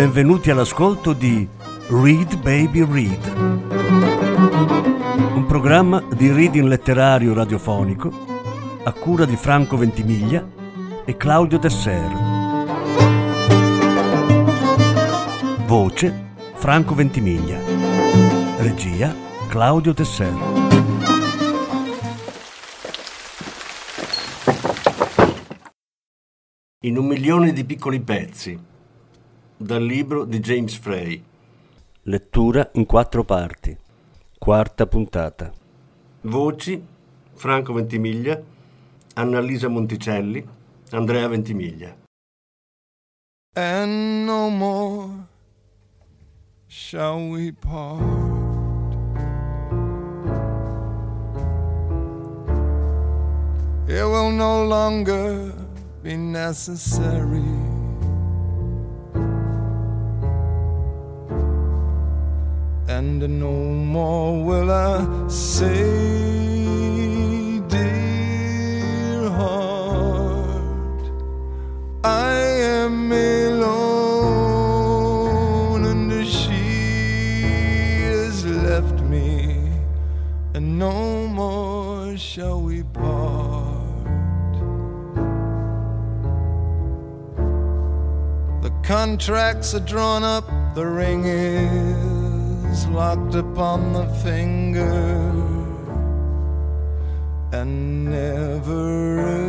Benvenuti all'ascolto di Read Baby Read, un programma di reading letterario radiofonico a cura di Franco Ventimiglia e Claudio Tesser. Voce Franco Ventimiglia. Regia Claudio Tesser. In 1.000.000 di piccoli pezzi, dal libro di James Frey. Lettura in 4 parti. 4ª puntata. Voci Franco Ventimiglia, Annalisa Monticelli, Andrea Ventimiglia. And no more shall we part. It will no longer be necessary and no more will I say, dear heart, I am alone and she has left me, and no more shall we part. The contracts are drawn up, the ring is locked upon the finger, and never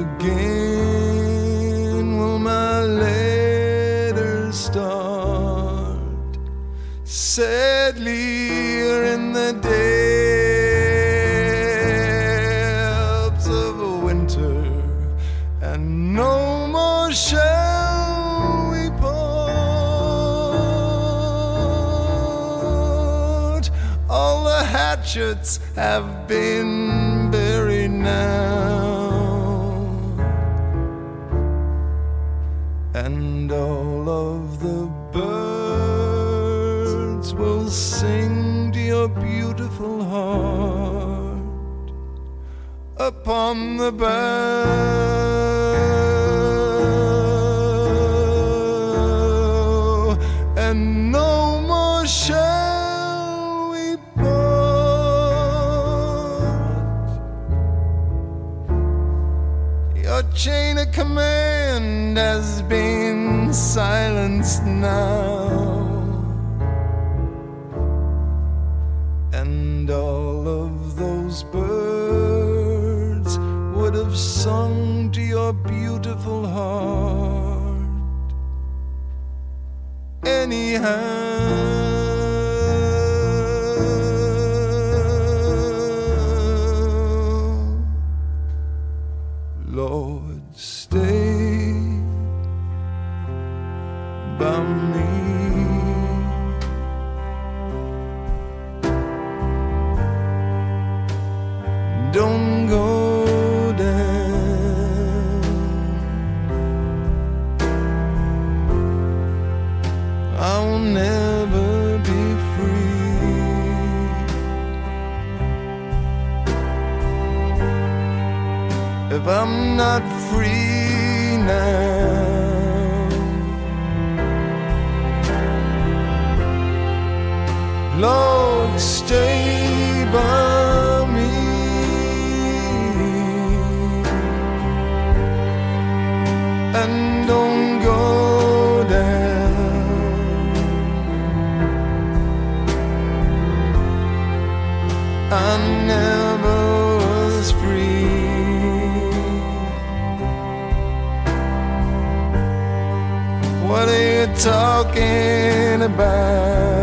again will my letters start. Sadly, you're in the depths of a winter, and no more shall hatchets have been buried now, and all of the birds will sing to your beautiful heart upon the bough, and no more shall chain of command has been silenced now, and all of those birds would have sung to your beautiful heart anyhow. Lord, stay by me. Don't go down. I'll never be free if I'm not free now. Lord, stay by me, and don't go down. I never was free. What are you talking about?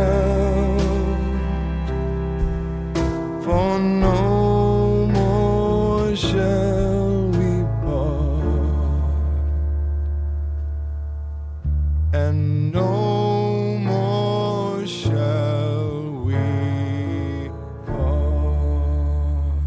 For no more shall we part, and no more shall we part.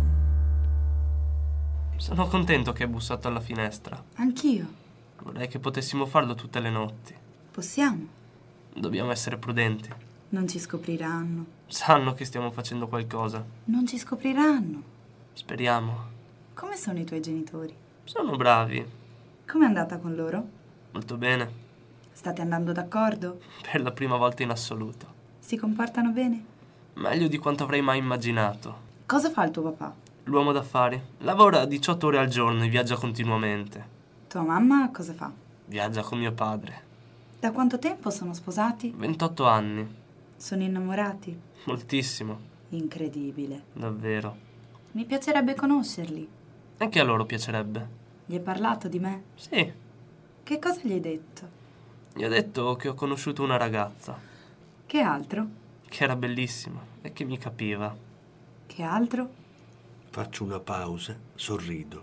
Sono contento che hai bussato alla finestra. Anch'io. Vorrei che potessimo farlo tutte le notti. Possiamo. Dobbiamo essere prudenti. Non ci scopriranno. Sanno che stiamo facendo qualcosa. Non ci scopriranno. Speriamo. Come sono i tuoi genitori? Sono bravi. Com'è andata con loro? Molto bene. State andando d'accordo? Per la prima volta in assoluto. Si comportano bene? Meglio di quanto avrei mai immaginato. Cosa fa il tuo papà? L'uomo d'affari lavora 18 ore al giorno e viaggia continuamente. Tua mamma cosa fa? Viaggia con mio padre. Da quanto tempo sono sposati? 28 anni. Sono innamorati? Moltissimo, Incredibile. davvero. Mi piacerebbe conoscerli. Anche a loro piacerebbe. Gli hai parlato di me? Sì, Che cosa gli hai detto? gli ho detto che ho conosciuto una ragazza, Che altro? che era bellissima e che mi capiva. Che altro? Faccio una pausa, sorrido.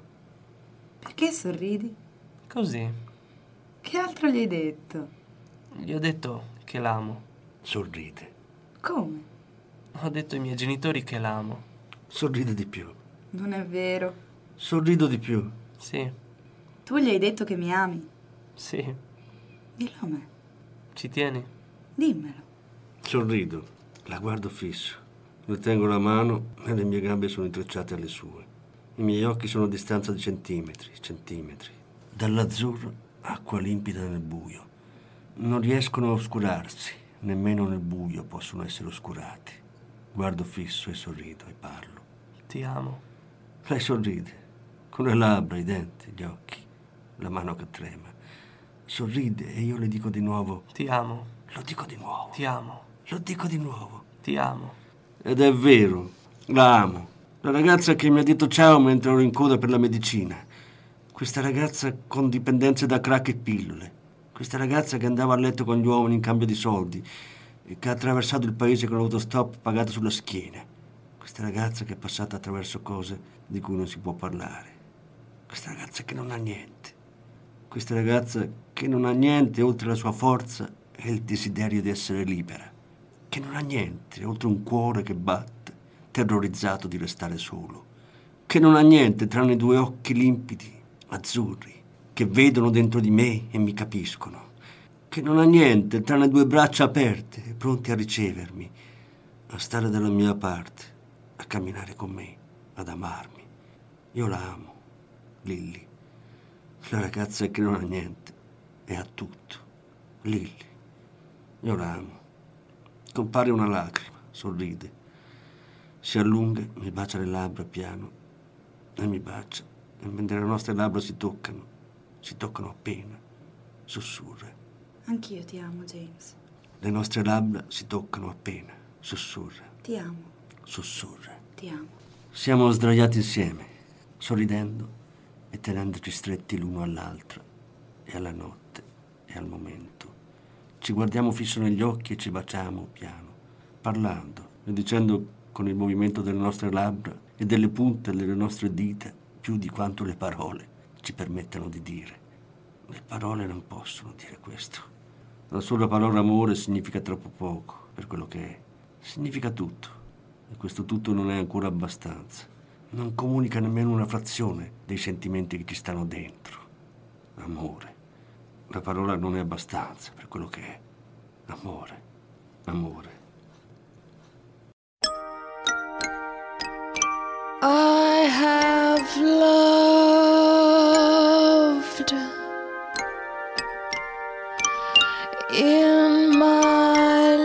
Perché sorridi? Così, Che altro gli hai detto? gli ho detto che l'amo. Sorride. Come? Ho detto ai miei genitori che l'amo. Sorride di più. Non è vero. Sorrido di più. Sì, Tu gli hai detto che mi ami? sì, Dillo a me. ci tieni? Dimmelo. Sorrido. La guardo fisso. Le tengo la mano e le mie gambe sono intrecciate alle sue. I miei occhi sono a distanza di centimetri, centimetri. Dall'azzurro, acqua limpida nel buio. Non riescono a oscurarsi, nemmeno nel buio possono essere oscurati. Guardo fisso e sorrido e parlo. Ti amo. Lei sorride, con le labbra, i denti, gli occhi, la mano che trema. Sorride e io le dico di nuovo, Ti amo. lo dico di nuovo, Ti amo. lo dico di nuovo. Ti amo. Ed è vero, la amo. La ragazza che mi ha detto ciao mentre ero in coda per la medicina. Questa ragazza con dipendenze da crack e pillole. Questa ragazza che andava a letto con gli uomini in cambio di soldi e che ha attraversato il paese con l'autostop pagato sulla schiena. Questa ragazza che è passata attraverso cose di cui non si può parlare. Questa ragazza che non ha niente. Questa ragazza che non ha niente oltre la sua forza e il desiderio di essere libera. Che non ha niente oltre un cuore che batte, terrorizzato di restare solo. Che non ha niente tranne due occhi limpidi, azzurri, che vedono dentro di me e mi capiscono. Che non ha niente tranne due braccia aperte, pronti a ricevermi, a stare dalla mia parte, a camminare con me, ad amarmi. Io la amo, Lilly. La ragazza che non ha niente e ha tutto. Lilly. Io la amo. Compare una lacrima, sorride. Si allunga, mi bacia le labbra piano e mi bacia. E mentre le nostre labbra si toccano appena, sussurra. Anch'io ti amo, James. Le nostre labbra si toccano appena, sussurra, Ti amo. sussurra. Ti amo. Siamo sdraiati insieme, sorridendo e tenendoci stretti l'uno all'altro e alla notte e al momento. Ci guardiamo fisso negli occhi e ci baciamo piano, parlando e dicendo con il movimento delle nostre labbra e delle punte delle nostre dita più di quanto le parole ci permettano di dire. Le parole non possono dire questo. La sola parola amore significa troppo poco per quello che è. Significa tutto e questo tutto non è ancora abbastanza. Non comunica nemmeno una frazione dei sentimenti che ci stanno dentro. Amore. La parola non è abbastanza per quello che è. Amore. Amore. I have loved in my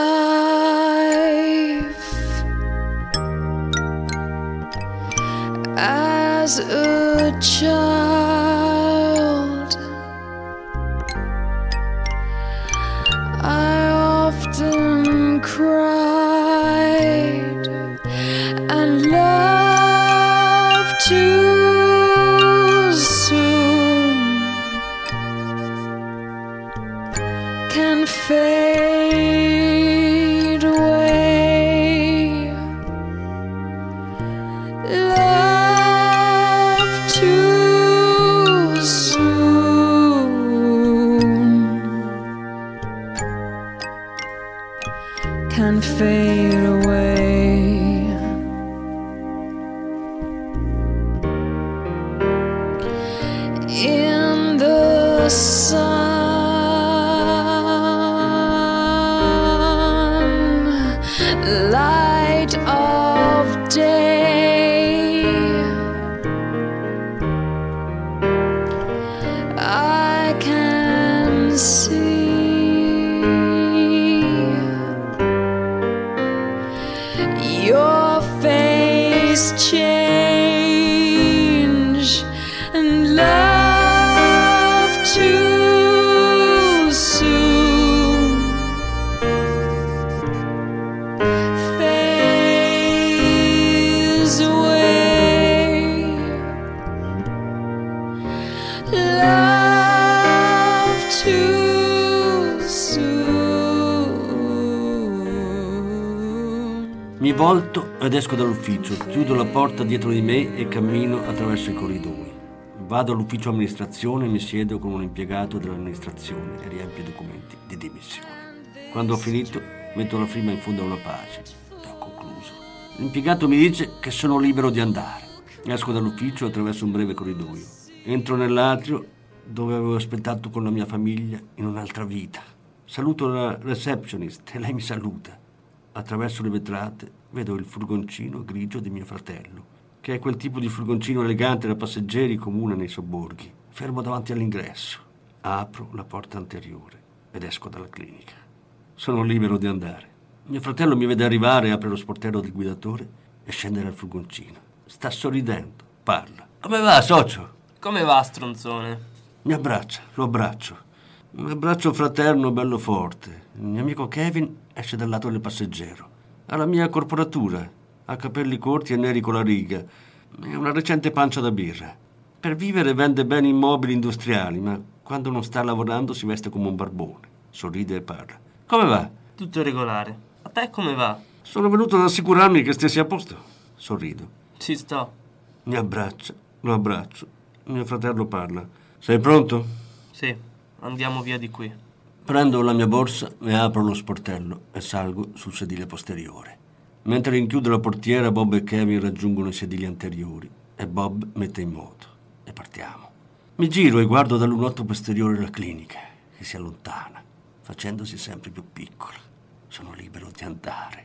life as a child. I often cried and loved too soon. Can fade away. Love too soon can fade away. In the sun, light of day, I can see your face change and love too soon fades away. Love too soon. Mi volto ed esco dall'ufficio, chiudo la porta dietro di me e cammino attraverso i corridoi. Vado all'ufficio amministrazione, mi siedo con un impiegato dell'amministrazione e riempio i documenti di dimissione. Quando ho finito, metto la firma in fondo a una pagina e ho concluso. L'impiegato mi dice che sono libero di andare. Esco dall'ufficio attraverso un breve corridoio. Entro nell'atrio dove avevo aspettato con la mia famiglia in un'altra vita. Saluto la receptionist e lei mi saluta. Attraverso le vetrate vedo il furgoncino grigio di mio fratello, che è quel tipo di furgoncino elegante da passeggeri comune nei sobborghi. Fermo davanti all'ingresso. Apro la porta anteriore ed esco dalla clinica. Sono libero di andare. Mio fratello mi vede arrivare, apre lo sportello del guidatore e scende dal furgoncino. Sta sorridendo, parla. Come va, socio? Come va, stronzone? Mi abbraccia, lo abbraccio. Un abbraccio fraterno bello forte. Il mio amico Kevin esce dal lato del passeggero. Ha la mia corporatura, ha capelli corti e neri con la riga e una recente pancia da birra. Per vivere vende beni immobili industriali, ma quando non sta lavorando si veste come un barbone. Sorride e parla. Come va? Tutto regolare. A te come va? Sono venuto ad assicurarmi che stessi a posto. Sorrido. Ci sto. Mi abbraccia, lo abbraccio. Mio fratello parla. Sei pronto? Sì, andiamo via di qui. Prendo la mia borsa e apro lo sportello e salgo sul sedile posteriore. Mentre rinchiudo la portiera, Bob e Kevin raggiungono i sedili anteriori e Bob mette in moto e partiamo. Mi giro e guardo dal lunotto posteriore la clinica, che si allontana, facendosi sempre più piccola. Sono libero di andare,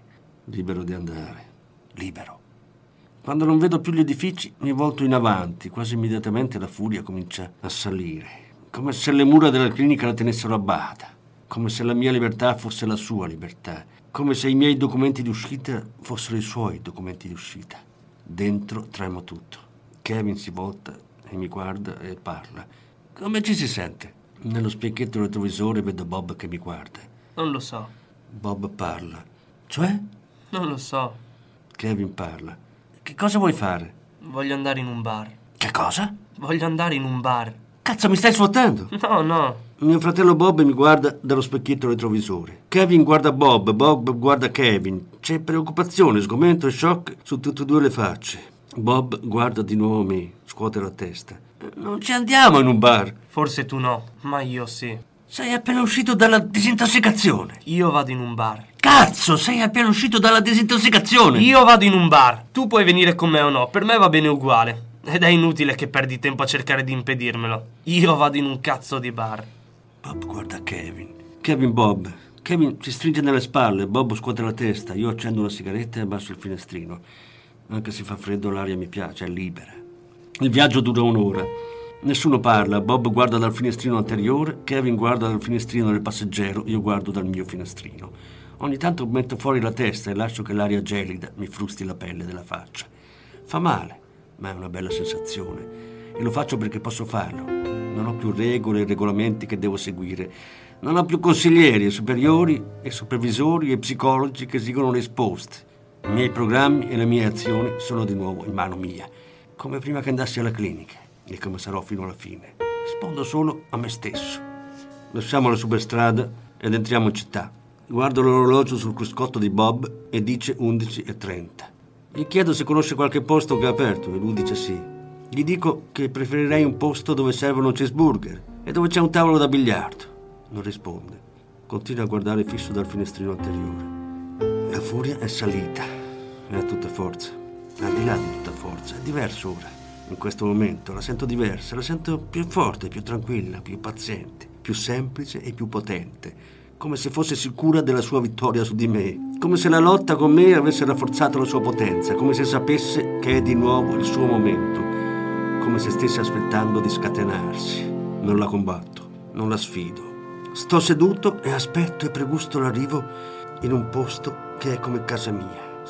libero. Quando non vedo più gli edifici, mi volto in avanti. Quasi immediatamente la furia comincia a salire, come se le mura della clinica la tenessero a bada, come se la mia libertà fosse la sua libertà, come se i miei documenti di uscita fossero i suoi documenti di uscita. Dentro tremo tutto. Kevin si volta e mi guarda e parla. Come ci si sente? Nello specchietto retrovisore vedo Bob che mi guarda. Non lo so. Bob parla. Cioè? Non lo so. Kevin parla. Che cosa vuoi fare? Voglio andare in un bar. Che cosa? Voglio andare in un bar. Cazzo, mi stai sfottendo? No. Mio fratello Bob mi guarda dallo specchietto retrovisore. Kevin guarda Bob, Bob guarda Kevin. C'è preoccupazione, sgomento e shock su tutte e due le facce. Bob guarda di nuovo me, scuote la testa. Non ci andiamo in un bar. Forse tu no, ma io sì. Sei appena uscito dalla disintossicazione. Io vado in un bar. Cazzo, sei appena uscito dalla disintossicazione. Io vado in un bar. Tu puoi venire con me o no, per me va bene uguale. Ed è inutile che perdi tempo a cercare di impedirmelo. Io vado in un cazzo di bar. Bob guarda Kevin. Kevin Bob. Kevin si stringe nelle spalle, Bob scuote la testa. Io accendo una sigaretta e abbasso il finestrino. Anche se fa freddo l'aria mi piace, è libera. Il viaggio dura un'ora. Nessuno parla, Bob guarda dal finestrino anteriore, Kevin guarda dal finestrino del passeggero, io guardo dal mio finestrino. Ogni tanto metto fuori la testa e lascio che l'aria gelida mi frusti la pelle della faccia. Fa male, ma è una bella sensazione. E lo faccio perché posso farlo. Non ho più regole e regolamenti che devo seguire. Non ho più consiglieri, superiori e supervisori e psicologi che esigono le risposte. I miei programmi e le mie azioni sono di nuovo in mano mia, come prima che andassi alla clinica e come sarò fino alla fine. Rispondo solo a me stesso. Lasciamo la superstrada ed entriamo in città. Guardo l'orologio sul cruscotto di Bob e dice 11:30. Gli chiedo se conosce qualche posto che è aperto e lui dice sì. Gli dico che preferirei un posto dove servono cheeseburger e dove c'è un tavolo da biliardo. Non risponde. Continua a guardare fisso dal finestrino anteriore. La furia è salita, è a tutta forza. Al di là di tutta forza, è diverso ora. In questo momento la sento diversa, la sento più forte, più tranquilla, più paziente, più semplice e più potente, come se fosse sicura della sua vittoria su di me, come se la lotta con me avesse rafforzato la sua potenza, come se sapesse che è di nuovo il suo momento, come se stesse aspettando di scatenarsi. Non la combatto, non la sfido. Sto seduto e aspetto e pregusto l'arrivo in un posto che è come casa mia.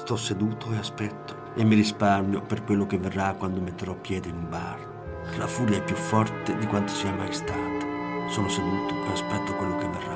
Sto seduto e aspetto e mi risparmio per quello che verrà quando metterò piede in un bar. La furia è più forte di quanto sia mai stata. Sono seduto e aspetto quello che verrà.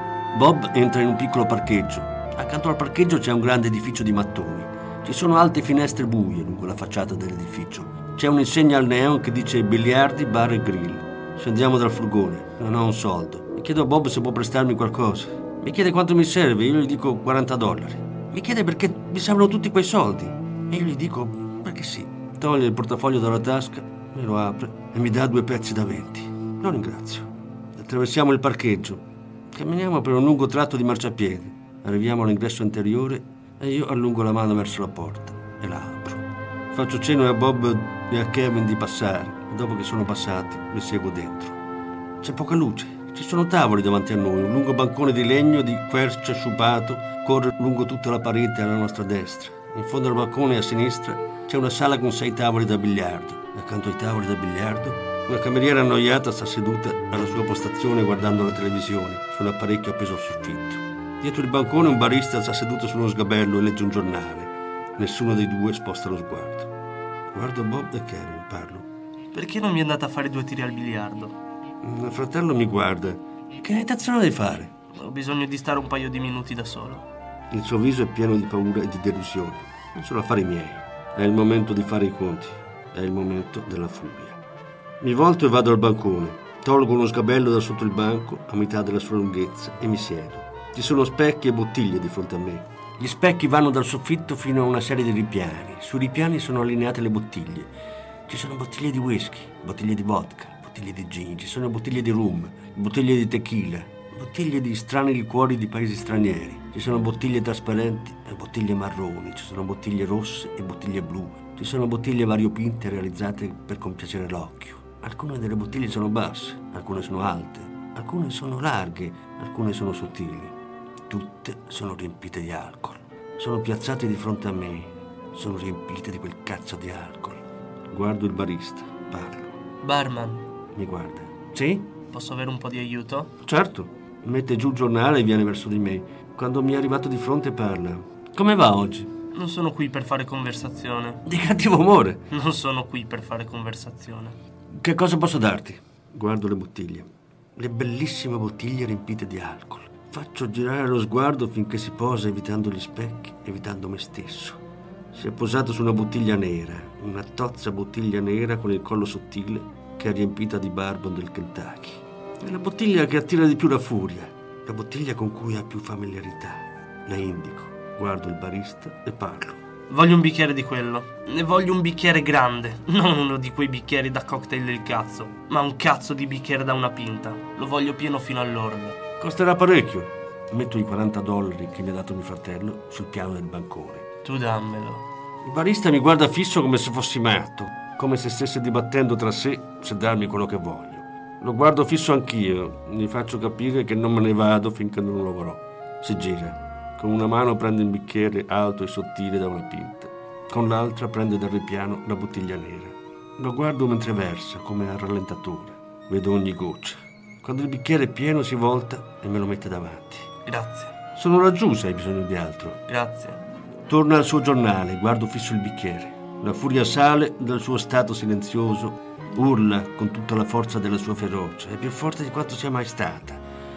Bob entra in un piccolo parcheggio. Accanto al parcheggio c'è un grande edificio di mattoni. Ci sono alte finestre buie lungo la facciata dell'edificio. C'è un'insegna al neon che dice biliardi, bar e grill. Scendiamo dal furgone. Non ho un soldo. E chiedo a Bob se può prestarmi qualcosa. Mi chiede quanto mi serve. Io gli dico $40. Mi chiede perché mi servono tutti quei soldi. E io gli dico perché sì. Toglie il portafoglio dalla tasca, me lo apre e mi dà 2 pezzi da 20. Lo ringrazio. Attraversiamo il parcheggio. Camminiamo per un lungo tratto di marciapiede. Arriviamo all'ingresso interiore e io allungo la mano verso la porta e la apro. Faccio cenno a Bob e a Kevin di passare e dopo che sono passati li seguo dentro. C'è poca luce. Ci sono tavoli davanti a noi, un lungo bancone di legno di quercia sciupato corre lungo tutta la parete alla nostra destra. In fondo al bancone a sinistra c'è una sala con 6 tavoli da biliardo. Accanto ai tavoli da biliardo una cameriera annoiata sta seduta alla sua postazione guardando la televisione su un apparecchio appeso al soffitto. Dietro il bancone un barista sta seduto su uno sgabello e legge un giornale. Nessuno dei due sposta lo sguardo. Guardo Bob e Kevin, parlo. Perché non mi andate a fare 2 tiri al biliardo? Il fratello mi guarda. Che hai intenzione di fare? Ho bisogno di stare un paio di minuti da solo. Il suo viso è pieno di paura e di delusione. Non sono affari miei. È il momento di fare i conti. È il momento della furia. Mi volto e vado al bancone. Tolgo uno sgabello da sotto il banco a metà della sua lunghezza e mi siedo. Ci sono specchi e bottiglie di fronte a me. Gli specchi vanno dal soffitto fino a una serie di ripiani. Sui ripiani sono allineate le bottiglie. Ci sono bottiglie di whisky, bottiglie di vodka, bottiglie di gin, ci sono bottiglie di rum, bottiglie di tequila, bottiglie di strani liquori di paesi stranieri. Ci sono bottiglie trasparenti e bottiglie marroni, ci sono bottiglie rosse e bottiglie blu, ci sono bottiglie variopinte realizzate per compiacere l'occhio. Alcune delle bottiglie sono basse, alcune sono alte, alcune sono larghe, alcune sono sottili. Tutte sono riempite di alcol. Sono piazzate di fronte a me, sono riempite di quel cazzo di alcol. Guardo il barista, parlo. Barman, Mi guarda. Sì? posso avere un po' di aiuto? Certo. Mette giù il giornale e viene verso di me. Quando mi è arrivato di fronte parla. Come va oggi? Non sono qui per fare conversazione. Di cattivo umore. Non sono qui per fare conversazione. Che cosa posso darti? Guardo le bottiglie. Le bellissime bottiglie riempite di alcol. Faccio girare lo sguardo finché si posa evitando gli specchi, evitando me stesso. Si è posato su una bottiglia nera, una tozza bottiglia nera con il collo sottile che è riempita di bourbon del Kentucky. È la bottiglia che attira di più la furia, la bottiglia con cui ha più familiarità. La indico, guardo il barista e parlo. Voglio un bicchiere di quello. Ne voglio un bicchiere grande. Non uno di quei bicchieri da cocktail del cazzo, ma un cazzo di bicchiere da una pinta. Lo voglio pieno fino all'orlo. Costerà parecchio. Metto i $40 che mi ha dato mio fratello sul piano del bancone. Tu dammelo. Il barista mi guarda fisso come se fossi matto, come se stesse dibattendo tra sé se darmi quello che voglio. Lo guardo fisso anch'io, gli faccio capire che non me ne vado finché non lo avrò. Si gira, con una mano prende un bicchiere alto e sottile da una pinta, con l'altra prende dal ripiano la bottiglia nera. Lo guardo mentre versa, come al rallentatore. Vedo ogni goccia. Quando il bicchiere è pieno si volta e me lo mette davanti. Grazie. Sono laggiù se hai bisogno di altro. Grazie. Torna al suo giornale, guardo fisso il bicchiere. La furia sale dal suo stato silenzioso, urla con tutta la forza della sua ferocia, è più forte di quanto sia mai stata.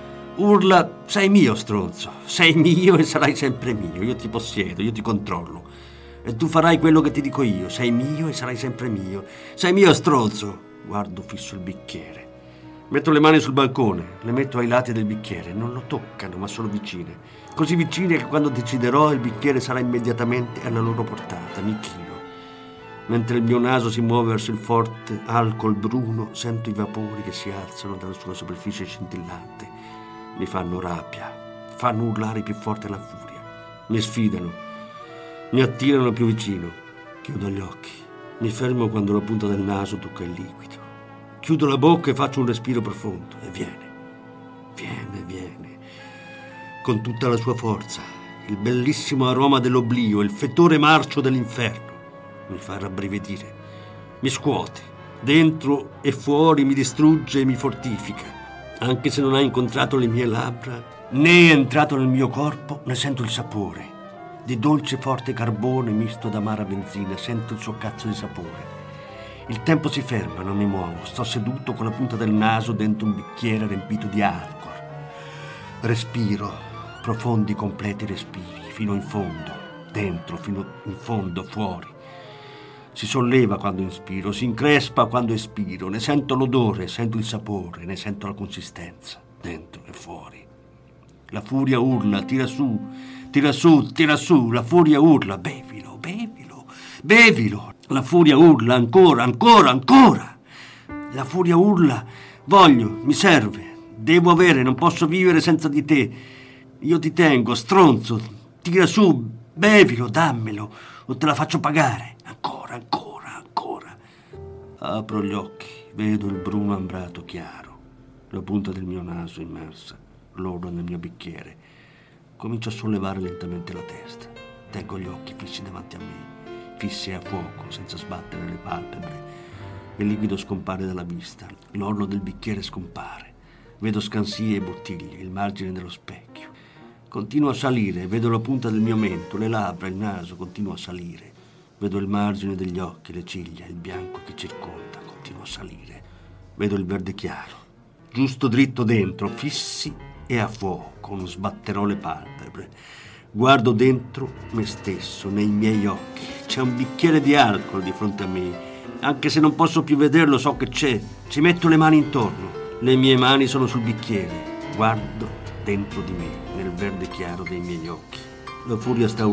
Urla, sei mio stronzo, sei mio e sarai sempre mio, io ti possiedo, io ti controllo. E tu farai quello che ti dico io, sei mio e sarai sempre mio. Sei mio stronzo. Guardo fisso il bicchiere. Metto le mani sul bancone, le metto ai lati del bicchiere, non lo toccano ma sono vicine. Così vicine che quando deciderò il bicchiere sarà immediatamente alla loro portata, mi chino. Mentre il mio naso si muove verso il forte alcol bruno, sento i vapori che si alzano dalla sua superficie scintillante. Mi fanno rabbia, fanno urlare più forte la furia. Mi sfidano, mi attirano più vicino. Chiudo gli occhi, mi fermo quando la punta del naso tocca il liquido. Chiudo la bocca e faccio un respiro profondo e viene, con tutta la sua forza, il bellissimo aroma dell'oblio, il fetore marcio dell'inferno. Mi fa rabbrividire, mi scuote, dentro e fuori mi distrugge e mi fortifica. Anche se non ha incontrato le mie labbra, né è entrato nel mio corpo, ne sento il sapore. di dolce forte carbone misto d'amara benzina, sento il suo cazzo di sapore. Il tempo si ferma, non mi muovo, sto seduto con la punta del naso dentro un bicchiere riempito di alcol. Respiro, profondi completi respiri, fino in fondo, dentro, fino in fondo, fuori. Si solleva quando inspiro, si increspa quando espiro, ne sento l'odore, sento il sapore, ne sento la consistenza, dentro e fuori. La furia urla, tira su, tira su, tira su, la furia urla, bevilo, bevilo, bevilo. La furia urla, ancora, ancora, ancora. La furia urla, voglio, mi serve, devo avere, non posso vivere senza di te. Io ti tengo, stronzo, tira su, bevilo, dammelo, o te la faccio pagare. Ancora, ancora, ancora. Apro gli occhi, vedo il bruno ambrato chiaro, la punta del mio naso immersa, l'oro nel mio bicchiere. Comincio a sollevare lentamente la testa. Tengo gli occhi fissi davanti a me, fissi a fuoco, senza sbattere le palpebre. Il liquido scompare dalla vista, l'orlo del bicchiere scompare. Vedo scansie e bottiglie, il margine dello specchio. Continuo a salire, vedo la punta del mio mento, le labbra, il naso, continuo a salire. Vedo il margine degli occhi, le ciglia, il bianco che circonda, continuo a salire. Vedo il verde chiaro, giusto dritto dentro, fissi e a fuoco, non sbatterò le palpebre. Guardo dentro me stesso, nei miei occhi. C'è un bicchiere di alcol di fronte a me. Anche se non posso più vederlo, so che c'è. Ci metto le mani intorno. Le mie mani sono sul bicchiere. Guardo dentro di me, nel verde chiaro dei miei occhi. La furia sta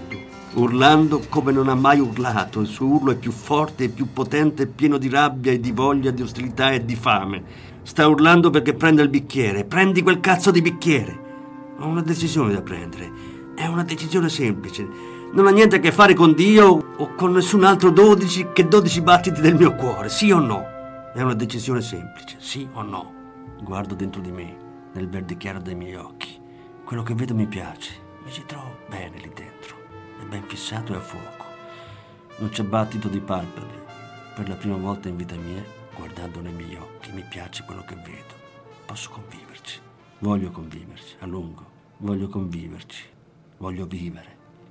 urlando come non ha mai urlato. Il suo urlo è più forte e più potente, pieno di rabbia e di voglia, di ostilità e di fame. Sta urlando perché prenda il bicchiere. Prendi quel cazzo di bicchiere. Ho una decisione da prendere. È una decisione semplice. Non ha niente a che fare con Dio o con nessun altro 12 battiti del mio cuore. Sì o no? È una decisione semplice. Sì o no? Guardo dentro di me, nel verde chiaro dei miei occhi. Quello che vedo mi piace. Mi ci trovo bene lì dentro. È ben fissato e a fuoco. Non c'è battito di palpebre. Per la prima volta in vita mia, guardando nei miei occhi, mi piace quello che vedo. Posso conviverci. Voglio conviverci, a lungo. Voglio conviverci. Voglio vivere.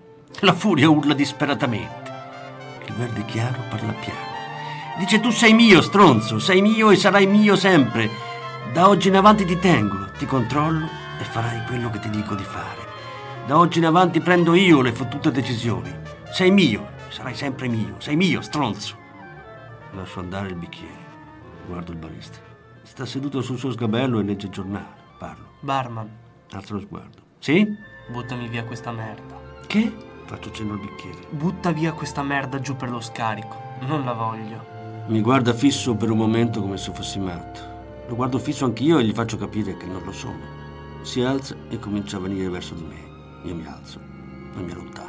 La furia urla disperatamente. Il verde chiaro parla piano. Dice: tu sei mio, stronzo, sei mio e sarai mio sempre. Da oggi in avanti ti tengo, ti controllo e farai quello che ti dico di fare. Da oggi in avanti prendo io le fottute decisioni. Sei mio, sarai sempre mio, sei mio, stronzo. Lascio andare il bicchiere. Guardo il barista. Sta seduto sul suo sgabello e legge il giornale. Parlo. Barman, Alzo lo sguardo. Sì? buttami via questa merda. Che? Faccio cenno al bicchiere. Butta via questa merda giù per lo scarico. Non la voglio. Mi guarda fisso per un momento come se fossi matto. Lo guardo fisso anch'io e gli faccio capire che non lo sono. Si alza e comincia a venire verso di me. Io mi alzo e mi allontano.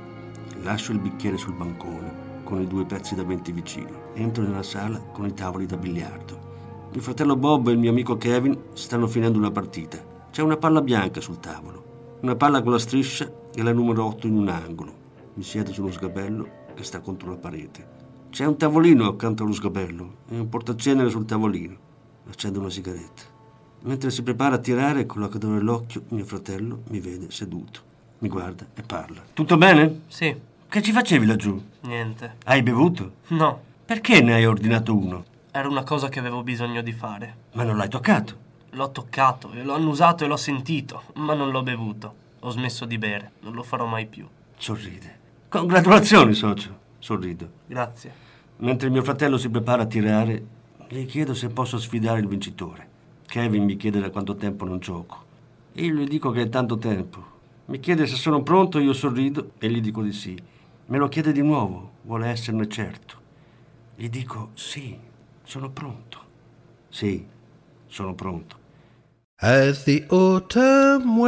Lascio il bicchiere sul bancone con i 2 pezzi da 20 vicino. Entro nella sala con i tavoli da biliardo. Mio fratello Bob e il mio amico Kevin stanno finendo una partita. C'è una palla bianca sul tavolo, una palla con la striscia e la numero 8 in un angolo. Mi siedo sullo sgabello che sta contro la parete. C'è un tavolino accanto allo sgabello e un portacenere sul tavolino. Accendo una sigaretta. Mentre si prepara a tirare, con la coda dell'occhio, mio fratello mi vede seduto. Mi guarda e parla. Tutto bene? Sì, Che ci facevi laggiù? niente. Hai bevuto? No, Perché ne hai ordinato uno? era una cosa che avevo bisogno di fare. Ma non l'hai toccato? L'ho toccato e l'ho annusato e l'ho sentito, ma non l'ho bevuto. Ho smesso di bere, non lo farò mai più. Sorride. Congratulazioni, socio. Sorrido. Grazie. Mentre mio fratello si prepara a tirare, gli chiedo se posso sfidare il vincitore. Kevin mi chiede da quanto tempo non gioco. Io gli dico che è tanto tempo. Mi chiede se sono pronto, io sorrido e gli dico di sì. Me lo chiede di nuovo, vuole esserne certo. Gli dico sì, sono pronto. Sì, sono pronto. As the autumn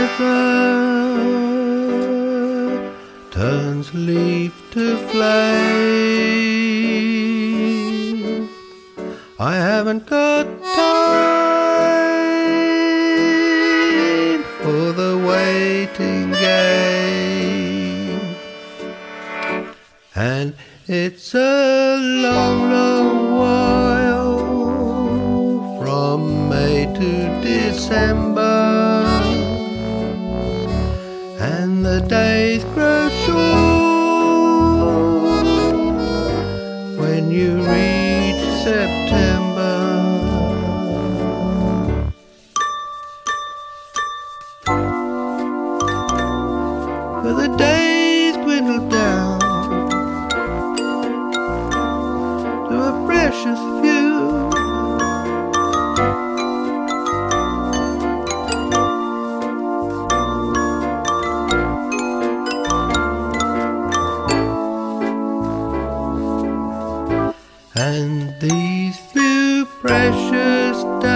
weather turns leaf to flame, I haven't got time for the waiting game. And it's a long, long while from May to December, and the the days grow short when you reach September. For the days dwindle down to a precious few. And these few precious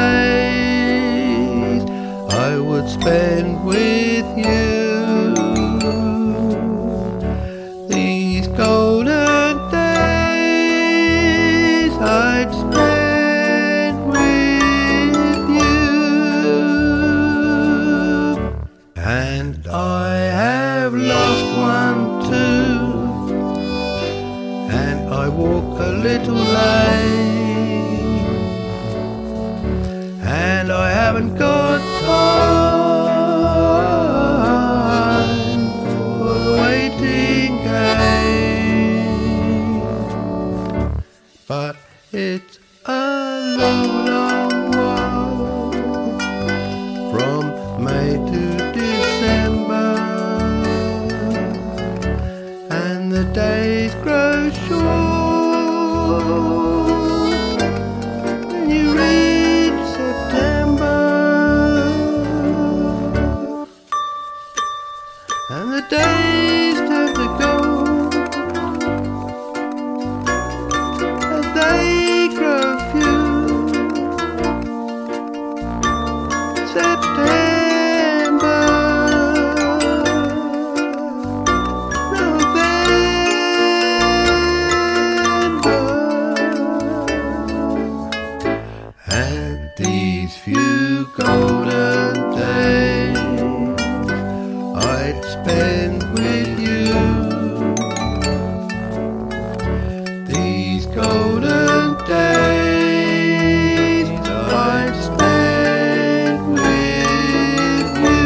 days I would spend with you. These golden days I'd spend with you. And I have lost one too, and I walk a little lane, and I haven't got time for the waiting game. But it's a long, long while from May to December, and the days grow short when you reach September, and the days turn to gold as they grow few. September, and these few golden days I'd spend with you. These golden days I'd spend with you.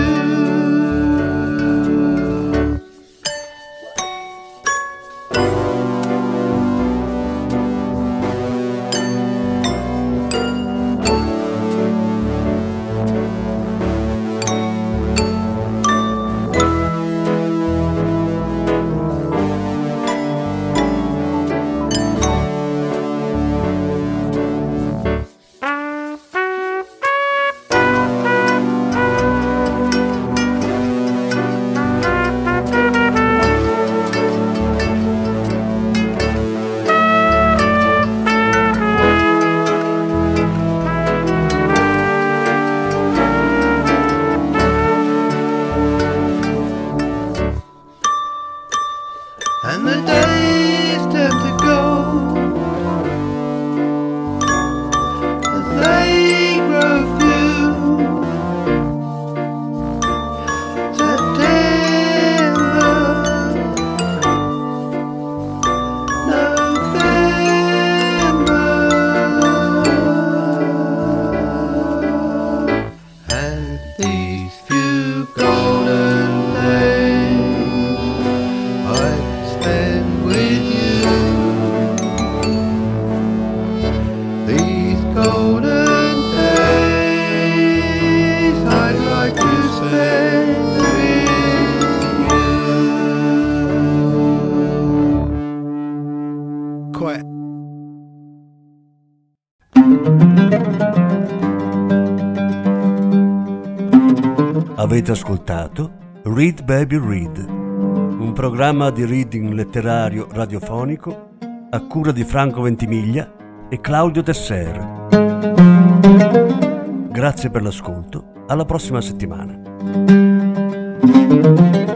And the days turn to gold as they grow few. September, November, and these few golden days I'd spend with you. These golden days I'd like to spend with you. Quite. Avete ascoltato Read Baby Read, un programma di reading letterario radiofonico a cura di Franco Ventimiglia e Claudio Tesser. Grazie per l'ascolto, alla prossima settimana.